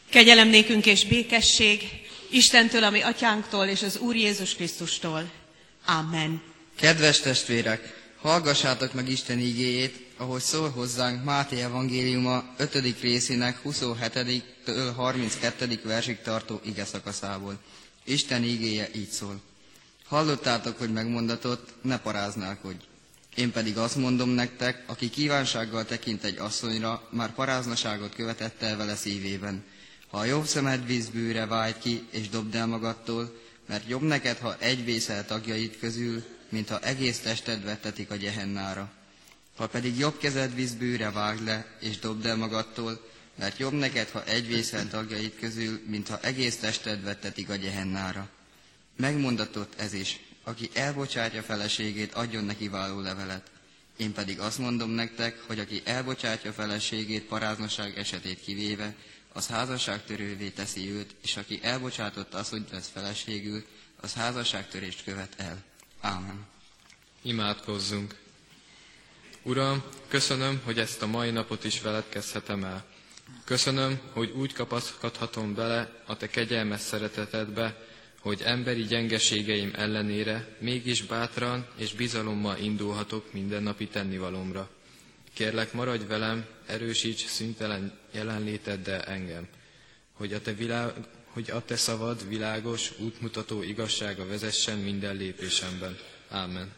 Kegyelem nékünk és békesség Istentől, ami atyánktól és az Úr Jézus Krisztustól. Amen. Kedves testvérek, hallgassátok meg Isten igéjét, ahogy szól hozzánk Máté evangéliuma 5. részének 27-től 32. versig tartó ige szakaszából. Isten igéje így szól. Hallottátok, hogy megmondatott, ne paráználkodj. Én pedig azt mondom nektek, aki kívánsággal tekint egy asszonyra, már paráznaságot követett el vele szívében. Ha a jobb szemed vízbűre vágy ki, és dobd el magadtól, mert jobb neked, ha egy vészel tagjaid közül, mint ha egész tested vettetik a gyehennára. Ha pedig jobb kezed vízbűre vágd le, és dobd el magadtól, mert jobb neked, ha egy vészel tagjaid közül, mint ha egész tested vettetik a gyehennára. Megmondatott ez is, aki elbocsátja feleségét, adjon neki vállólevelet. Én pedig azt mondom nektek, hogy aki elbocsátja feleségét paráznaság esetét kivéve, az házasságtörővé teszi őt, és aki elbocsátott asszonyt vesz feleségül, az házasságtörést követ el. Ámen. Imádkozzunk. Uram, köszönöm, hogy ezt a mai napot is veled kezdhetem el. Köszönöm, hogy úgy kapaszkodhatom bele a te kegyelmes szeretetedbe, hogy emberi gyengeségeim ellenére mégis bátran és bizalommal indulhatok mindennapi tennivalomra. Kérlek, maradj velem, erősíts szüntelen jelenléteddel engem, hogy a te szavad világos, útmutató igazsága vezessen minden lépésemben. Ámen.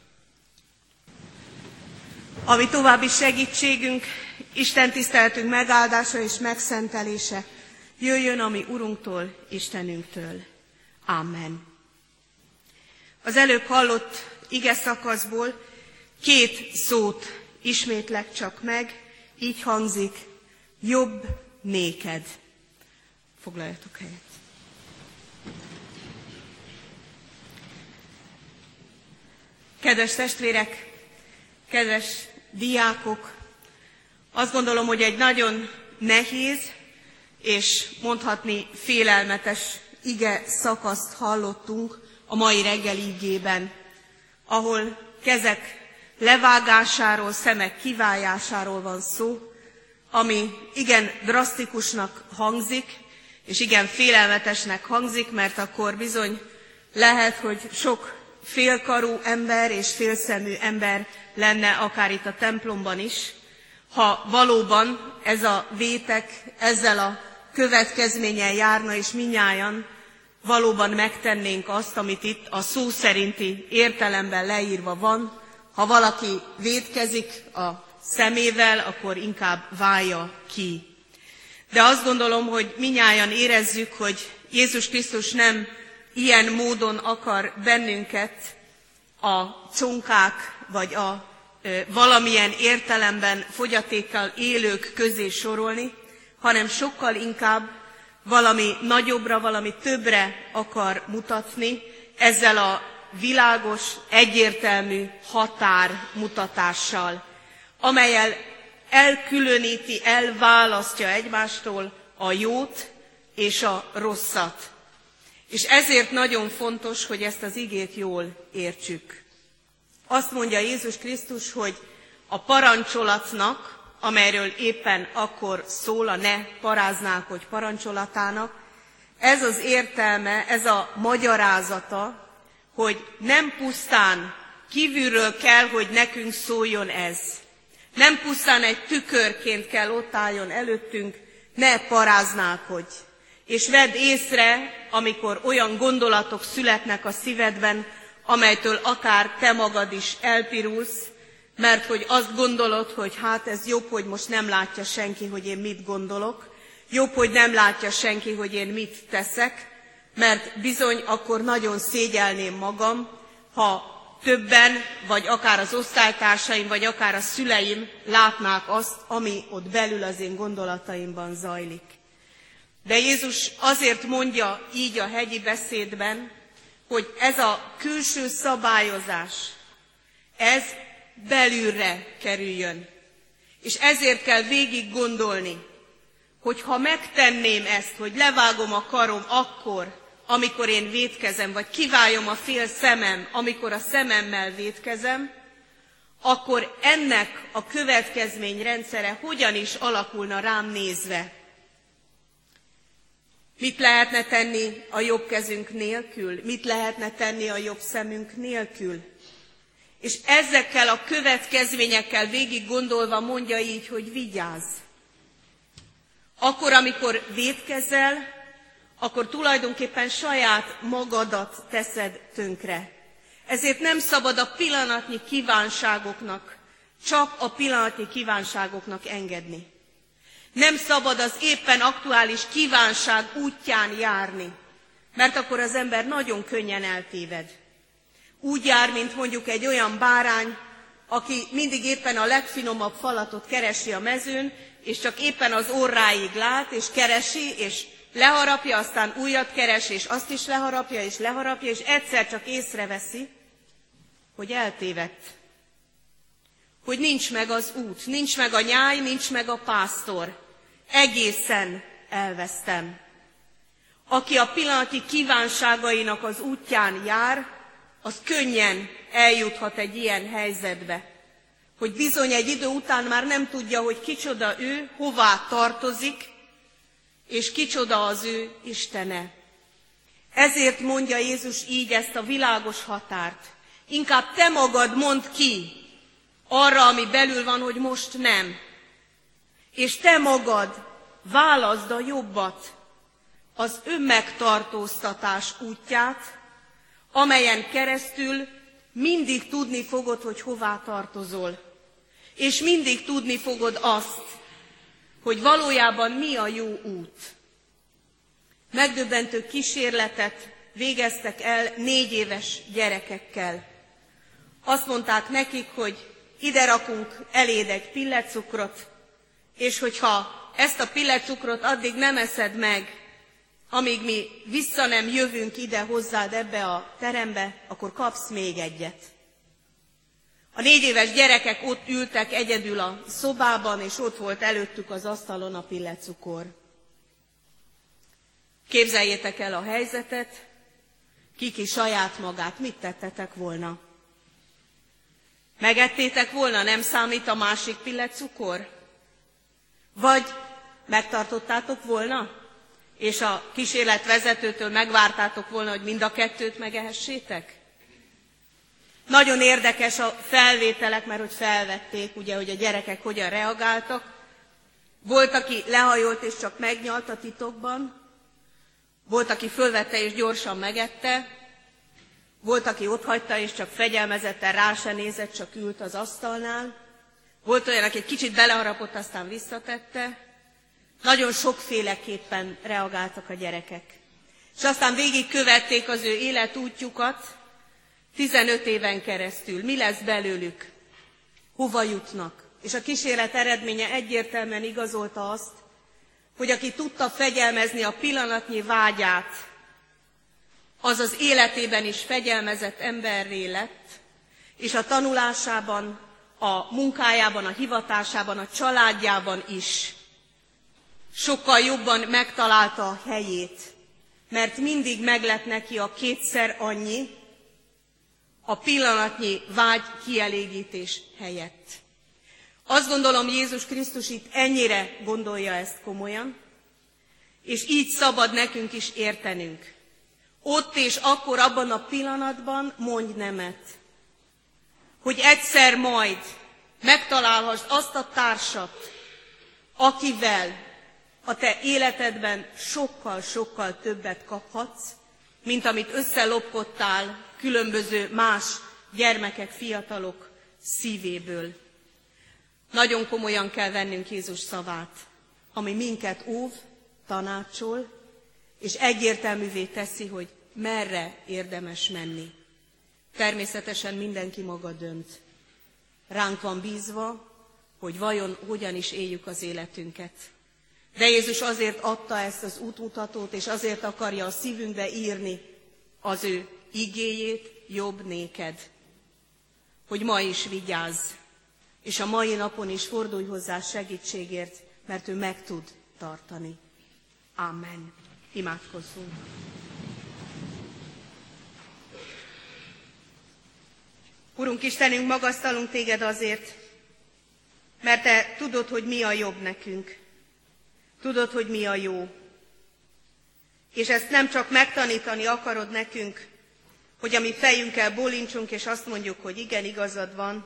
Ami további segítségünk, Isten tiszteletünk megáldása és megszentelése jöjjön a mi Urunktól, Istenünktől. Amen. Az előbb hallott ige szakaszból 2 szót ismétlek csak meg, így hangzik: jobb néked. Foglaljatok helyet. Kedves testvérek, kedves diákok, azt gondolom, hogy egy nagyon nehéz és mondhatni félelmetes ige szakaszt hallottunk a mai reggeli igében, ahol kezek levágásáról, szemek kivájásáról van szó, ami igen drasztikusnak hangzik, és igen félelmetesnek hangzik, mert akkor bizony lehet, hogy sok félkarú ember és félszemű ember lenne akár itt a templomban is, ha valóban ez a vétek ezzel a következménnyel járna, és minnyájan valóban megtennénk azt, amit itt a szó szerinti értelemben leírva van. Ha valaki vétkezik a szemével, akkor inkább válja ki. De azt gondolom, hogy minnyájan érezzük, hogy Jézus Krisztus nem ilyen módon akar bennünket a csonkák, vagy a valamilyen értelemben fogyatékkal élők közé sorolni, hanem sokkal inkább valami nagyobbra, valami többre akar mutatni ezzel a világos, egyértelmű határmutatással, amellyel elkülöníti, elválasztja egymástól a jót és a rosszat. És ezért nagyon fontos, hogy ezt az igét jól értsük. Azt mondja Jézus Krisztus, hogy a parancsolatnak, amelyről éppen akkor szól, a ne paráználkodj parancsolatának, ez az értelme, ez a magyarázata, hogy nem pusztán kívülről kell, hogy nekünk szóljon ez. Nem pusztán egy tükörként kell ott álljon előttünk, ne paráználkodj. És vedd észre, amikor olyan gondolatok születnek a szívedben, amelytől akár te magad is elpirulsz, mert hogy azt gondolod, hogy hát ez jobb, hogy most nem látja senki, hogy én mit gondolok, jobb, hogy nem látja senki, hogy én mit teszek, mert bizony akkor nagyon szégyelném magam, ha többen, vagy akár az osztálytársaim, vagy akár a szüleim látnák azt, ami ott belül az én gondolataimban zajlik. De Jézus azért mondja így a hegyi beszédben, hogy ez a külső szabályozás, ez belülre kerüljön. És ezért kell végig gondolni, hogy ha megtenném ezt, hogy levágom a karom akkor, amikor én vétkezem, vagy kiváljom a fél szemem, amikor a szememmel vétkezem, akkor ennek a következményrendszere hogyan is alakulna rám nézve. Mit lehetne tenni a jobb kezünk nélkül? Mit lehetne tenni a jobb szemünk nélkül? És ezekkel a következményekkel végig gondolva mondja így, hogy vigyázz. Akkor, amikor vétkezel, akkor tulajdonképpen saját magadat teszed tönkre. Ezért nem szabad a pillanatnyi kívánságoknak, csak a pillanatnyi kívánságoknak engedni. Nem szabad az éppen aktuális kívánság útján járni, mert akkor az ember nagyon könnyen eltéved. Úgy jár, mint mondjuk egy olyan bárány, aki mindig éppen a legfinomabb falatot keresi a mezőn, és csak éppen az orráig lát, és keresi, és leharapja, aztán újat keres, és azt is leharapja, és egyszer csak észreveszi, hogy eltévedt. Hogy nincs meg az út, nincs meg a nyáj, nincs meg a pásztor. Egészen elvesztem. Aki a pillanati kívánságainak az útján jár, az könnyen eljuthat egy ilyen helyzetbe, hogy bizony egy idő után már nem tudja, hogy kicsoda ő, hová tartozik, és kicsoda az ő Istene. Ezért mondja Jézus így ezt a világos határt. Inkább te magad mondd ki arra, ami belül van, hogy most nem. És te magad válaszd a jobbat, az önmegtartóztatás útját, amelyen keresztül mindig tudni fogod, hogy hová tartozol. És mindig tudni fogod azt, hogy valójában mi a jó út. Megdöbbentő kísérletet végeztek el 4 éves gyerekekkel. Azt mondták nekik, hogy ide rakunk eléd egy pillecukrot, és hogyha ezt a pillecukrot addig nem eszed meg, amíg mi vissza nem jövünk ide hozzád ebbe a terembe, akkor kapsz még egyet. A 4 éves gyerekek ott ültek egyedül a szobában, és ott volt előttük az asztalon a pillecukor. Képzeljétek el a helyzetet, ki saját magát, mit tettetek volna? Megettétek volna, nem számít a másik pillecukor? Vagy megtartottátok volna, és a kísérletvezetőtől megvártátok volna, hogy mind a kettőt megehessétek? Nagyon érdekes a felvételek, mert hogy felvették, ugye, hogy a gyerekek hogyan reagáltak. Volt, aki lehajolt és csak megnyalta titokban, volt, aki fölvette és gyorsan megette, volt, aki otthagyta és csak fegyelmezetten rá se nézett, csak ült az asztalnál, volt olyan, aki egy kicsit beleharapott, aztán visszatette. Nagyon sokféleképpen reagáltak a gyerekek. És aztán végigkövették az ő életútjukat 15 éven keresztül. Mi lesz belőlük? Hova jutnak? És a kísérlet eredménye egyértelműen igazolta azt, hogy aki tudta fegyelmezni a pillanatnyi vágyát, az az életében is fegyelmezett emberré lett, és a tanulásában, a munkájában, a hivatásában, a családjában is sokkal jobban megtalálta a helyét, mert mindig meglett neki a 2-szer annyi a pillanatnyi vágy kielégítés helyett. Azt gondolom, Jézus Krisztus itt ennyire gondolja ezt komolyan, és így szabad nekünk is értenünk. Ott és akkor, abban a pillanatban mondj nemet, hogy egyszer majd megtalálhass azt a társat, akivel a te életedben sokkal-sokkal többet kaphatsz, mint amit összelopkodtál különböző más gyermekek, fiatalok szívéből. Nagyon komolyan kell vennünk Jézus szavát, ami minket óv, tanácsol, és egyértelművé teszi, hogy merre érdemes menni. Természetesen mindenki maga dönt. Ránk van bízva, hogy vajon hogyan is éljük az életünket. De Jézus azért adta ezt az útmutatót, és azért akarja a szívünkbe írni az ő igéjét, jobb néked, hogy ma is vigyázz, és a mai napon is fordulj hozzá segítségért, mert ő meg tud tartani. Amen. Imádkozzunk. Urunk Istenünk, magasztalunk téged azért, mert te tudod, hogy mi a jobb nekünk. Tudod, hogy mi a jó. És ezt nem csak megtanítani akarod nekünk, hogy a mi fejünkkel bólintsunk, és azt mondjuk, hogy igen, igazad van,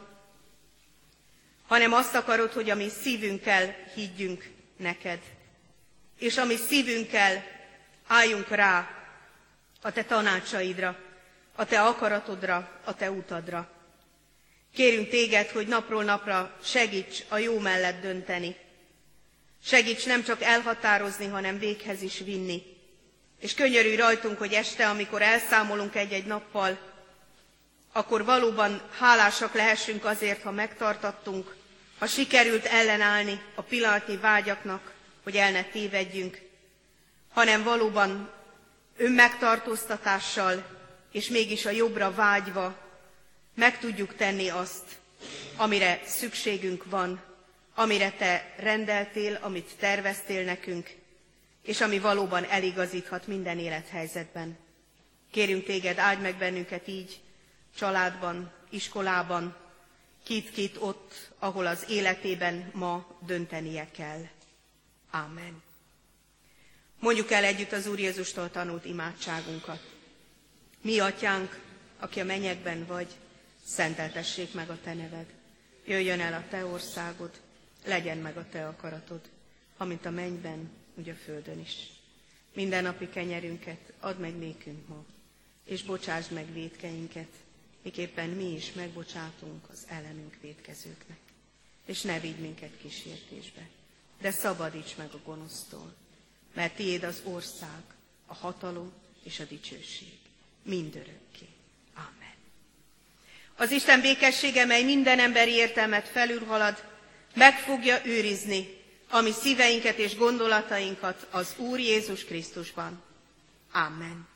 hanem azt akarod, hogy a mi szívünkkel higgyünk neked, és a mi szívünkkel álljunk rá a te tanácsaidra, a te akaratodra, a te utadra. Kérünk téged, hogy napról napra segíts a jó mellett dönteni. Segíts nem csak elhatározni, hanem véghez is vinni. És könyörülj rajtunk, hogy este, amikor elszámolunk egy-egy nappal, akkor valóban hálásak lehessünk azért, ha megtartattunk, ha sikerült ellenállni a pillanatnyi vágyaknak, hogy el ne tévedjünk, hanem valóban önmegtartóztatással és mégis a jobbra vágyva meg tudjuk tenni azt, amire szükségünk van, amire te rendeltél, amit terveztél nekünk, és ami valóban eligazíthat minden élethelyzetben. Kérünk téged, áldj meg bennünket így, családban, iskolában, kit-kit ott, ahol az életében ma döntenie kell. Ámen. Mondjuk el együtt az Úr Jézustól tanult imádságunkat. Mi, atyánk, aki a mennyekben vagy, szenteltessék meg a te neved. Jöjjön el a te országod, legyen meg a te akaratod, amint a mennyben, úgy a földön is. Mindennapi kenyerünket add meg nékünk ma, és bocsásd meg vétkeinket, miképpen mi is megbocsátunk az ellenünk vétkezőknek. És ne vigy minket kísértésbe, de szabadíts meg a gonosztól, mert tiéd az ország, a hatalom és a dicsőség mindörökké. Amen. Az Isten békessége, mely minden emberi értelmet felülhalad, meg fogja őrizni a mi szíveinket és gondolatainkat az Úr Jézus Krisztusban. Amen.